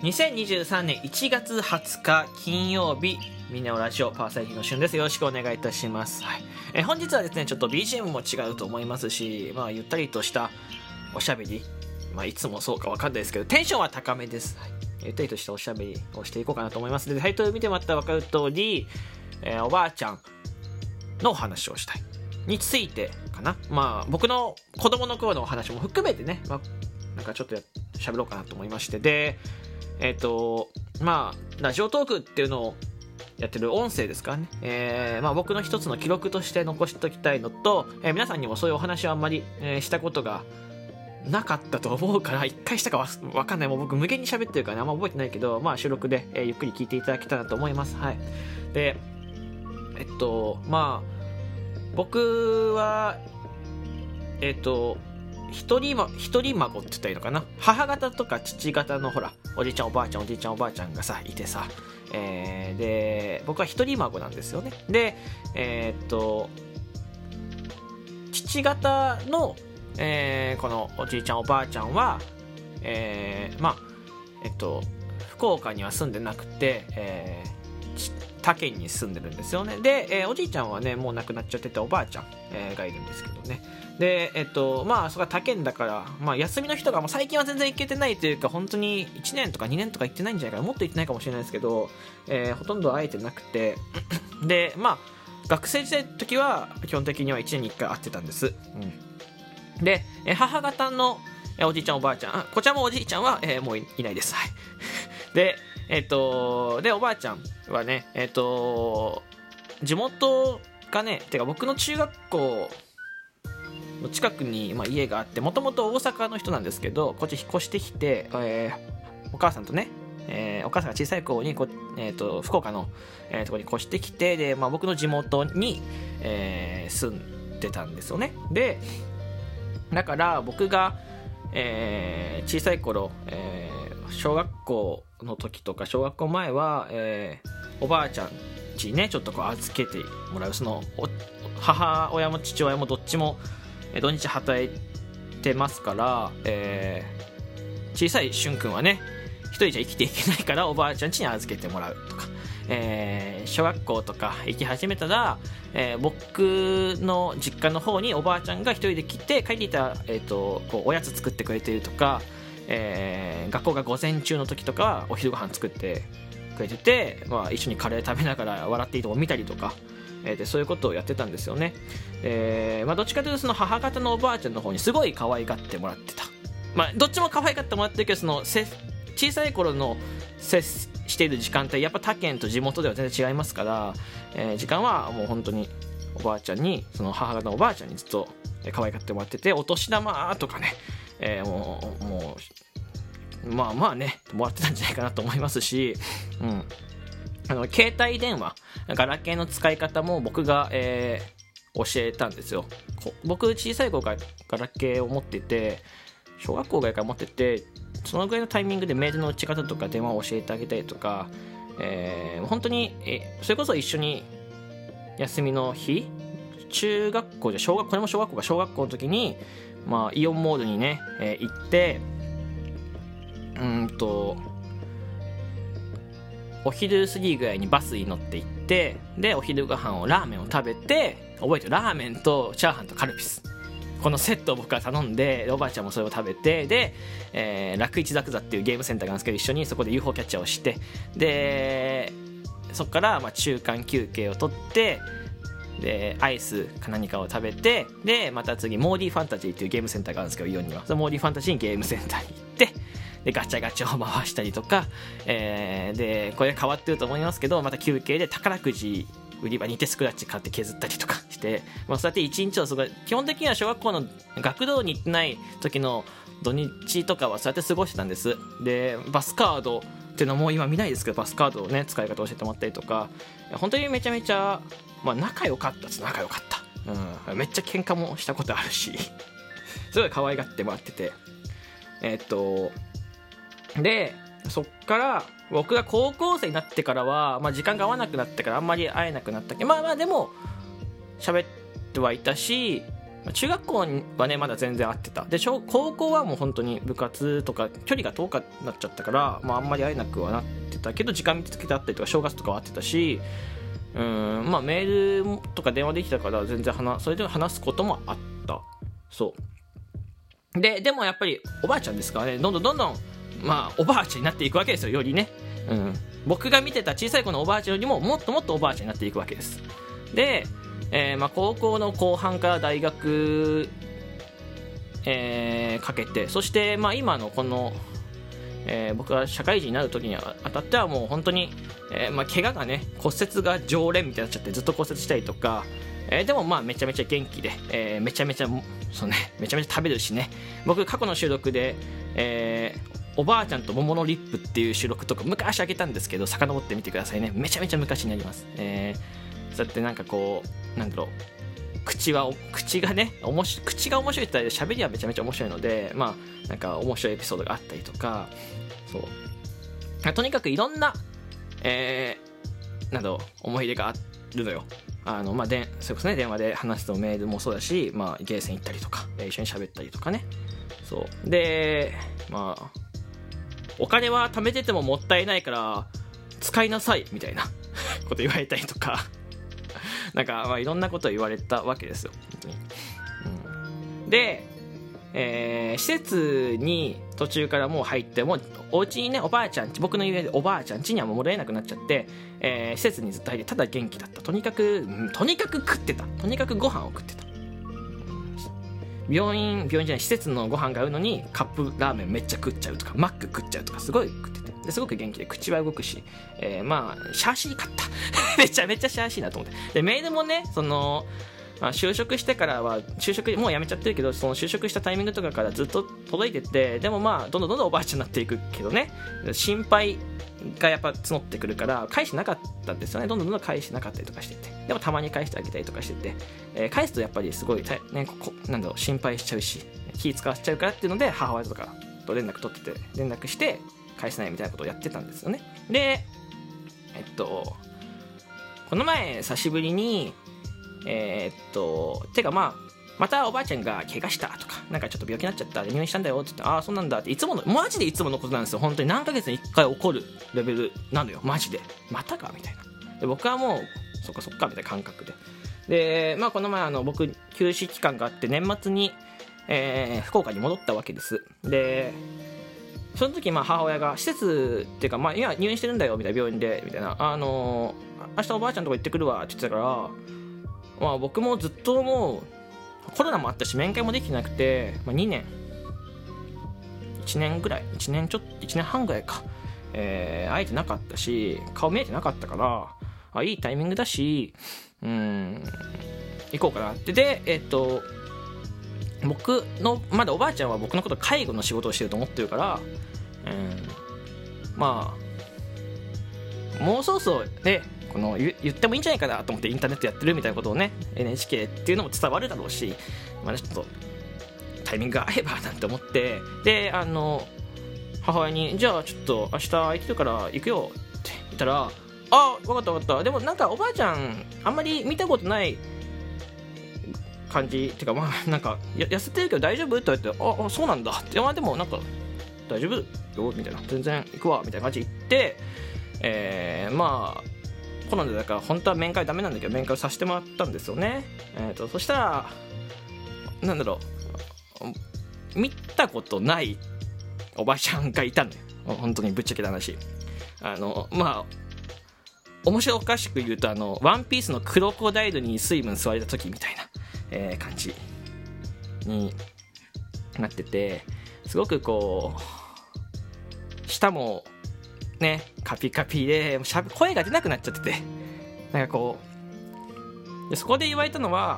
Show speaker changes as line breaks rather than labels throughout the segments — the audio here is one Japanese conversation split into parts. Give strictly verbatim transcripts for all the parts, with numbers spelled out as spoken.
にせんにじゅうさんねんいちがつはつか金曜日、みんなのラジオパーソナリティのしゅんです。よろしくお願いいたします。はい、え本日はですね、ちょっと ビージーエム も違うと思いますし、まあ、ゆったりとしたおしゃべり、まあ、いつもそうかわかんないですけど、テンションは高めです。はい、ゆったりとしたおしゃべりをしていこうかなと思います。で、タイトル見てもらったら分かる通り、えー、おばあちゃんのお話をしたいについてかな。まあ、僕の子供の頃のお話も含めてね、まあ、なんかちょっとや喋ろうかなと思いまして、で、えっと、まあ、ラジオトークっていうのをやってる音声ですからね、えー、まあ僕の一つの記録として残しておきたいのと、えー、皆さんにもそういうお話はあんまり、えー、したことがなかったと思うから、一回したかわわかんない。もう僕無限に喋ってるからね、あんま覚えてないけど、まあ収録で、えー、ゆっくり聞いていただけたらと思います。はい。で、えっと、まあ、僕は、えっと、一人ま、一人孫って言ったらいいのかな。母方とか父方のほら、おじいちゃんおばあちゃんおじいちゃんおばあちゃんがさ、いてさ、えー、で、僕は一人孫なんですよね。で、えー、っと、父方の、えー、このおじいちゃんおばあちゃんは、えー、まあ、えっと、福岡には住んでなくて、えー、他県に住んでるんですよね。で、えー、おじいちゃんはね、もう亡くなっちゃってて、おばあちゃん、えー、がいるんですけどね。で、えっと、まあ、それは他県だから、まあ、休みの日とかも最近は全然行けてないというか、本当にいちねんとかにねんとか行ってないんじゃないかな、もっと行ってないかもしれないですけど、えー、ほとんど会えてなくて、で、まあ、学生時代の時は、基本的にはいちねんにいっかい会ってたんです。うん、で、えー、母方のおじいちゃんおばあちゃん、こちらもおじいちゃんは、えー、もう い, いないです。はい。で、えっと、で、おばあちゃんはね、えっと、地元がね、てか僕の中学校の近くに、まあ、家があって、もともと大阪の人なんですけど、こっち引っ越してきて、えー、お母さんとね、えー、お母さんが小さい頃にこ、えー、と福岡の、えー、ところに越してきて、で、まあ、僕の地元に、えー、住んでたんですよね。で、だから僕が、えー、小さい頃、えー、小学校の時とか小学校前は、えー、おばあちゃん家にねちょっとこう預けてもらう、その母親も父親もどっちも土日働いてますから、えー、小さいしゅんくんはね一人じゃ生きていけないからおばあちゃん家に預けてもらうとか、えー、小学校とか行き始めたら、えー、僕の実家の方におばあちゃんが一人で来て帰っていたら、えー、とこうおやつ作ってくれてるとか、えー、学校が午前中の時とかお昼ご飯作ってくれてて、まあ、一緒にカレー食べながら笑っていいとこ見たりとか、えー、でそういうことをやってたんですよね。えーまあ、どっちかというとその母方のおばあちゃんの方にすごい可愛がってもらってた。まあ、どっちも可愛がってもらってるけど、そのせ小さい頃の接している時間帯やっぱ他県と地元では全然違いますから、えー、時間はもう本当におばあちゃんに、その母方のおばあちゃんにずっと可愛がってもらってて、お年玉とかね、えー、もうもうまあまあねもらってたんじゃないかなと思いますし、うん、あの携帯電話ガラケーの使い方も僕が、えー、教えたんですよ。僕小さい頃からガラケーを持ってて、小学校ぐらいから持ってて、そのぐらいのタイミングでメールの打ち方とか電話を教えてあげたりとか、えー、本当に、えそれこそ一緒に休みの日、中学校じゃ小学これも小学校か小学校の時に、まあ、イオンモールにね、えー、行ってうんとお昼過ぎぐらいにバスに乗って行って、でお昼ご飯をラーメンを食べて、覚えてる、ラーメンとチャーハンとカルピス、このセットを僕が頼んで、おばあちゃんもそれを食べて、で、えー、楽一ザクザっていうゲームセンターがあるんですけど、一緒にそこで ユーフォー キャッチャーをして、でそこからまあ中間休憩を取って、でアイスか何かを食べて、でまた次モーディファンタジーっていうゲームセンターがあるんですけど、イオンにはそのモーディファンタジーにゲームセンターに行って、でガチャガチャを回したりとか、えー、でこれ変わってると思いますけど、また休憩で宝くじ売り場に行ってスクラッチ買って削ったりとかして、まあ、そうやって一日を過ご基本的には小学校の学童に行ってない時の土日とかはそうやって過ごしてたんです。でバスカードっていうのはもう今見ないですけど、バスカードをね使い方を教えてもらったりとか、本当にめちゃめちゃ、まあ、仲良かったです仲良かった、うん、めっちゃ喧嘩もしたことあるしすごい可愛がってもらってて、えー、っとでそっから僕が高校生になってからは、まあ、時間が合わなくなってからあんまり会えなくなったけど、まあまあでも喋ってはいたし、 中学校はねまだ全然会ってた。で小高校はもう本当に部活とか距離が遠くなっちゃったから、まあ、あんまり会えなくはなってたけど、時間見つけて会ったりとか正月とかは会ってたし、うーんまあメールとか電話できたから全然話それで話すこともあった。そうででもやっぱりおばあちゃんですからね、どんどんどんどんまあおばあちゃんになっていくわけですよ、よりね。うん、僕が見てた小さい子のおばあちゃんよりももっともっとおばあちゃんになっていくわけです。で、えーまあ、高校の後半から大学、えー、かけて、そしてまあ今のこの、えー、僕が社会人になる時にあたってはもう本当に、えーまあ、怪我がね骨折が常連みたいになっちゃってずっと骨折したりとか、えー、でもまあめちゃめちゃ元気で、えー、めちゃめちゃそうねめちゃめちゃ食べるしね。僕過去の収録で、えーおばあちゃんと桃のリップっていう収録とか昔あげたんですけど、遡ってみてくださいね。めちゃめちゃ昔になります。えー、そうやってなんかこうなんだろう口は口がねおもし口が面白いって言ったら喋りはめちゃめちゃ面白いので、まあなんか面白いエピソードがあったりとか、そうとにかくいろんな、えー、など思い出があるのよ。あのまあでそれこそね電話で話すとメールもそうだし、まあゲーセン行ったりとか一緒に喋ったりとかね。そうでまあお金は貯めててももったいないから使いなさいみたいなこと言われたりとかなんかまあいろんなことを言われたわけですよ本当に、うん、で、えー、施設に途中からもう入ってもうお家にねおばあちゃんち僕の家でおばあちゃん家にはもう戻れなくなっちゃって、えー、施設にずっと入ってただ元気だった。とにかくとにかく食ってた。とにかくご飯を食ってた。病院病院じゃない施設のご飯があるのにカップラーメンめっちゃ食っちゃうとかマック食っちゃうとかすごい食ってて、ですごく元気で口は動くし、えー、まあシャーシーかっためちゃめちゃシャーシーなと思って。でメールもねその、まあ、就職してからは就職もう辞めちゃってるけど、その就職したタイミングとかからずっと届いてて、でもまあどんどんどんどんおばあちゃんになっていくけどね、心配がやっぱ募ってくるから返してなかったんですよね。どんどんどんどん返してなかったりとかしてて、でもたまに返してあげたりとかしてて、えー、返すとやっぱりすごい、ね、ここなんだろう心配しちゃうし気使わせちゃうからっていうので母親とかと連絡取ってて連絡して返せないみたいなことをやってたんですよね。でえっとこの前久しぶりにえー、っとてかまあまたおばあちゃんが怪我したとかなんかちょっと病気になっちゃった入院したんだよって言って、ああそうなんだっていつものマジでいつものことなんですよ。本当に何ヶ月にいっかい起こるレベルなのよマジで。またかみたいな。で僕はもうそっかそっかみたいな感覚で、でまあこの前あの僕休止期間があって年末に、えー、福岡に戻ったわけです。でその時まあ母親が施設っていうかまあいや入院してるんだよみたいな病院でみたいな、あのー、明日おばあちゃんとこ行ってくるわって言ってたから、まあ僕もずっともうコロナもあったし面会もできてなくて、まあ、にねんいちねんぐらいいちねんちょっといちねんはんぐらいか、えー、会えてなかったし顔見えてなかったから、あいいタイミングだしうーん行こうかなって。でえっと僕のまだおばあちゃんは僕のこと介護の仕事をしてると思ってるから、うん、まあもうそろそろねこの 言, 言ってもいいんじゃないかなと思ってインターネットやってるみたいなことをね エヌエイチケー っていうのも伝わるだろうし、まあ、ちょっとタイミングが合えばなんて思って、であの母親にじゃあちょっと明日空いてるから行くよって言ったら、あ分かった分かった、でもなんかおばあちゃんあんまり見たことない感じっていうか、まあなんか痩せてるけど大丈夫って言われて、ああそうなんだって、まあでもなんか大丈夫よみたいな、全然行くわみたいな感じで行って、えー、まあコロナだから本当は面会ダメなんだけど面会させてもらったんですよね。えーとそしたらなんだろう見たことないおばあちゃんがいたのよ。本当にぶっちゃけた話、あのまあ面白おかしく言うとあのワンピースのクロコダイルに水分吸われた時みたいな、えー、感じになってて、すごくこう舌もねカピカピでしゃ声が出なくなっちゃってて、なんかこうでそこで言われたのは、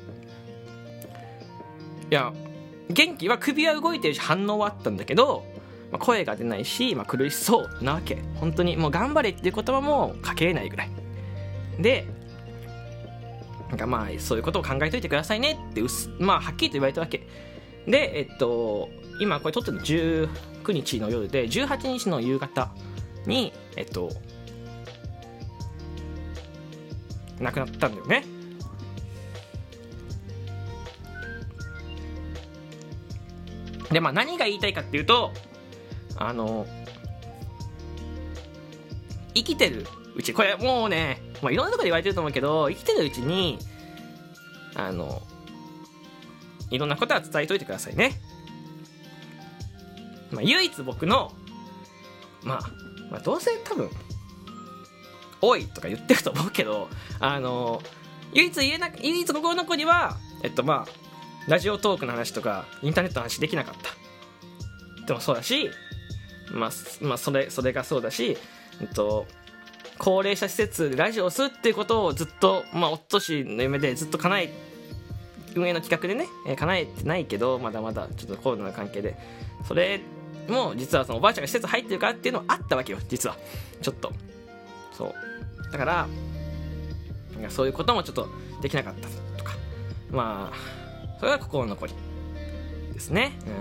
いや元気は首は動いてるし反応はあったんだけど、まあ、声が出ないし、まあ、苦しそうなわけ。本当にもう頑張れっていう言葉もかけれないぐらいで、なんかまあそういうことを考えといてくださいねってうす、まあ、はっきりと言われたわけで、えっと今これ撮ってるのじゅうくにちの夜でじゅうはちにちの夕方にえっと亡くなったんだよね。 でまあ何が言いたいかっていうと、あの生きてるうち、これもうね、まあ、いろんなところで言われてると思うけど、生きてるうちにあのいろんなことは伝えといてくださいね。まあ、唯一僕の、まあ、まあどうせ多分おいとか言ってると思うけど、あの唯一言えな唯一心の子にはえっとまあラジオトークの話とかインターネットの話できなかったでもそうだし、まあ、まあそれそれがそうだし、えっと高齢者施設でラジオをするっていうことをずっと、まあ、おっとしの夢でずっと叶え運営の企画でね、えー、叶えてないけど、まだまだちょっとコロナの関係でそれも実はそのおばあちゃんが施設入ってるからっていうのはあったわけよ、実はちょっとそうだからそういうこともちょっとできなかったとか、まあそれが心残りですね。うん、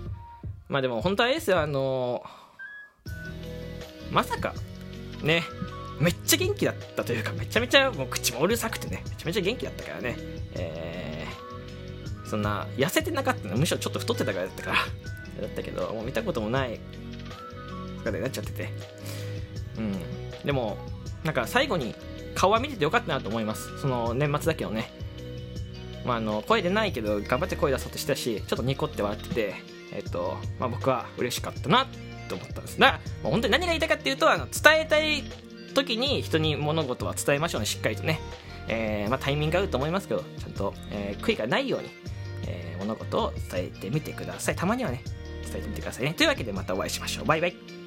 まあでも本当はあれですよ、あのー、まさかねめっちゃ元気だったというか、めちゃめちゃもう口もうるさくてね、めちゃめちゃ元気だったからね、えー、そんな痩せてなかったの、むしろちょっと太ってたからだったからだったけど、もう見たこともない姿になっちゃってて、うん、でもなんか最後に顔は見ててよかったなと思います。その年末だけどね、まあ、あの声出ないけど頑張って声出そうとしたし、ちょっとニコって笑ってて、えっとまあ、僕は嬉しかったなと思ったんです。だからもう本当に何が言いたいかっていうと、あの伝えたい時に人に物事は伝えましょうね、しっかりとね、えーまあ、タイミングがあると思いますけど、ちゃんと、えー、悔いがないように、えー、物事を伝えてみてください。たまにはね伝えてみてくださいね。というわけでまたお会いしましょう。バイバイ。